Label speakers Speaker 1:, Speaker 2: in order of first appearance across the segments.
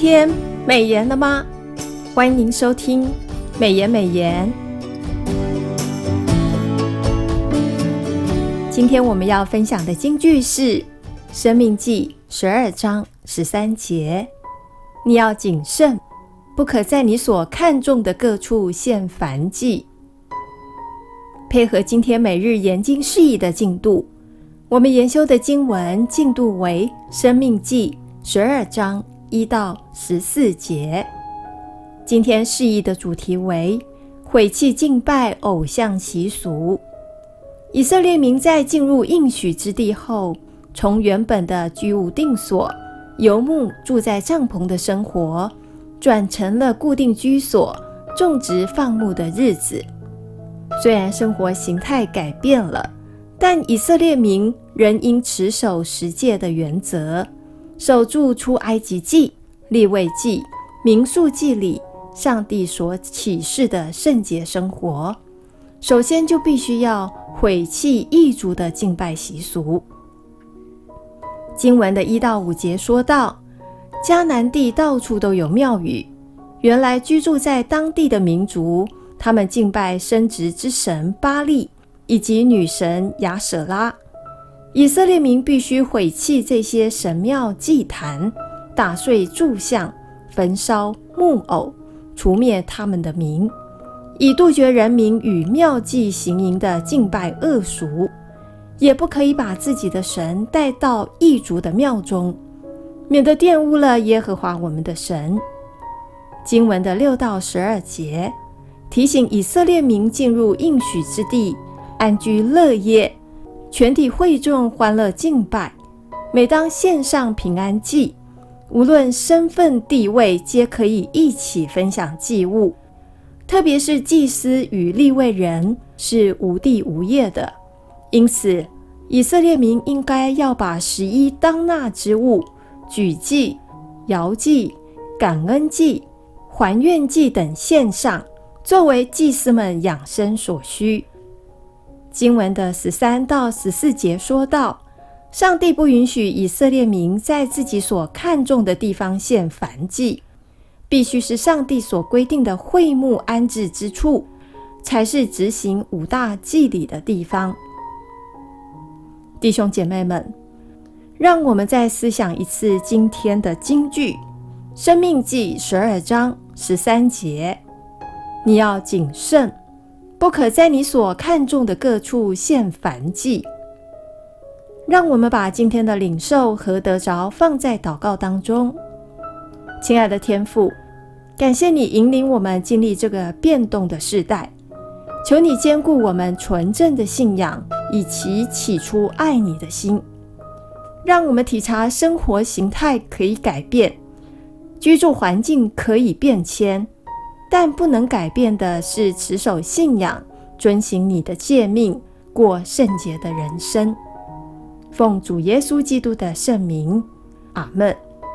Speaker 1: 天美言了吗？欢迎收听美言美言。今天我们要分享的金句是《申命记》12章13节，你要谨慎，不可在你所看重的各处献燔祭。配合今天每日研经释义的进度，我们研修的经文进度为《申命记》12章1到14节。今天释义的主题为毁弃敬拜偶像习俗。以色列民在进入应许之地后，从原本的居无定所、游牧住在帐篷的生活，转成了固定居所、种植放牧的日子。虽然生活形态改变了，但以色列民仍应持守十诫的原则，守住出埃及记、利未记、民数记里上帝所启示的圣洁生活。首先就必须要毁弃异族的敬拜习俗。经文的1到5节说到，迦南地到处都有庙宇，原来居住在当地的民族，他们敬拜生殖之神巴力以及女神亚舍拉。以色列民必须毁弃这些神庙祭坛，打碎柱像，焚烧木偶，除灭他们的名，以杜绝人民与庙祭行营的敬拜恶俗。也不可以把自己的神带到异族的庙中，免得玷污了耶和华我们的神。经文的6到12节提醒以色列民进入应许之地，安居乐业，全体会众欢乐敬拜。每当献上平安祭，无论身份地位，皆可以一起分享祭物。特别是祭司与利未人是无地无业的，因此以色列民应该要把11当纳之物、举祭、摇祭、感恩祭、还愿祭等献上，作为祭司们养生所需。经文的13到14节说到，上帝不允许以色列民在自己所看重的地方献燔祭，必须是上帝所规定的会幕安置之处，才是执行5大祭礼的地方。弟兄姐妹们，让我们再思想一次今天的金句，申命记12章13节，你要谨慎，不可在你所看重的各处献燔祭。让我们把今天的领受和得着放在祷告当中。亲爱的天父，感谢你引领我们经历这个变动的世代，求你坚固我们纯正的信仰，以及起初爱你的心。让我们体察生活形态可以改变，居住环境可以变迁，但不能改变的是持守信仰，遵行你的诫命，过圣洁的人生。奉主耶稣基督的圣名，阿们。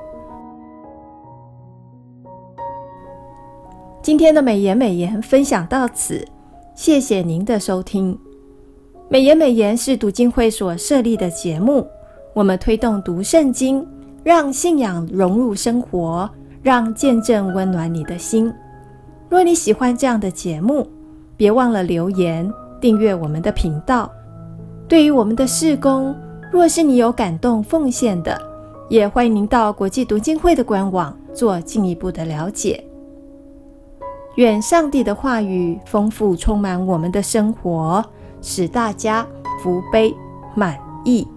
Speaker 1: 今天的美言美言分享到此，谢谢您的收听。美言美言是读经会所设立的节目，我们推动读圣经，让信仰融入生活，让见证温暖你的心。若你喜欢这样的节目，别忘了留言订阅我们的频道。对于我们的事工，若是你有感动奉献的，也欢迎您到国际读经会的官网做进一步的了解。愿上帝的话语丰富充满我们的生活，使大家福杯满溢。